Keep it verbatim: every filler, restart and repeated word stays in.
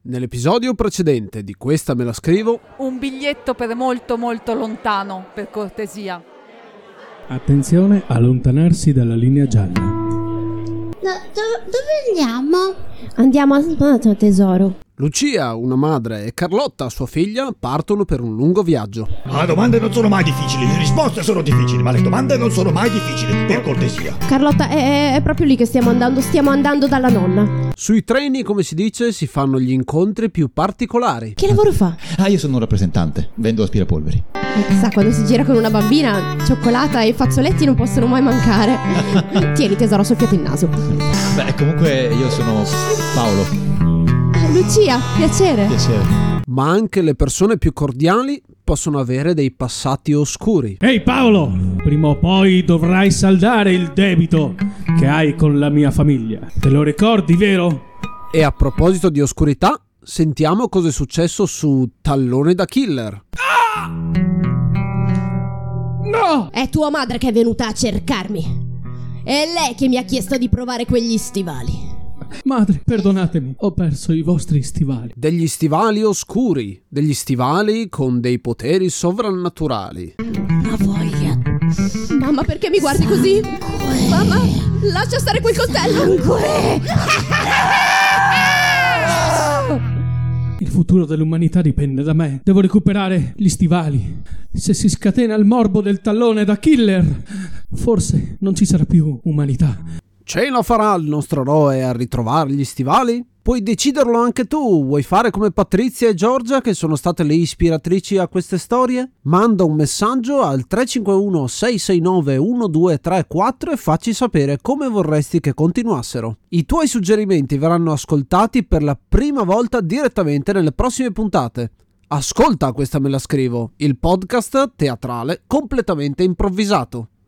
Nell'episodio precedente di Questa me la scrivo, un biglietto per molto molto lontano, per cortesia. Attenzione, allontanarsi dalla linea gialla. Do- do- dove andiamo? Andiamo a Spazio tesoro. Lucia, una madre, e Carlotta, sua figlia, partono per un lungo viaggio. Le domande non sono mai difficili, le risposte sono difficili, ma le domande non sono mai difficili, per cortesia. Carlotta, è, è proprio lì che stiamo andando, stiamo andando dalla nonna. Sui treni, come si dice, si fanno gli incontri più particolari. Che lavoro fa? Ah, io sono un rappresentante, vendo aspirapolveri. Eh, sa, quando si gira con una bambina, cioccolata e fazzoletti non possono mai mancare. Tieni tesoro, soffiati il naso. Beh, comunque io sono Paolo. Lucia, piacere. Piacere. Ma anche le persone più cordiali possono avere dei passati oscuri. Ehi Paolo, prima o poi dovrai saldare il debito che hai con la mia famiglia. Te lo ricordi, vero? E a proposito di oscurità, sentiamo cosa è successo su Tallone da Killer. Ah! No! È tua madre che è venuta a cercarmi. È lei che mi ha chiesto di provare quegli stivali. Madre, perdonatemi, ho perso i vostri stivali. Degli stivali oscuri, degli stivali con dei poteri sovrannaturali. Una voglia. Mamma, perché mi guardi così? Mamma, lascia stare quel coltello. Il futuro dell'umanità dipende da me. Devo recuperare gli stivali. Se si scatena il morbo del tallone da killer, forse non ci sarà più umanità. Ce la farà il nostro eroe a ritrovare gli stivali? Puoi deciderlo anche tu. Vuoi fare come Patrizia e Giorgia, che sono state le ispiratrici a queste storie? Manda un messaggio al tre cinque uno sei sei nove uno due tre quattro e facci sapere come vorresti che continuassero. I tuoi suggerimenti verranno ascoltati per la prima volta direttamente nelle prossime puntate. Ascolta Questa me la scrivo, il podcast teatrale completamente improvvisato.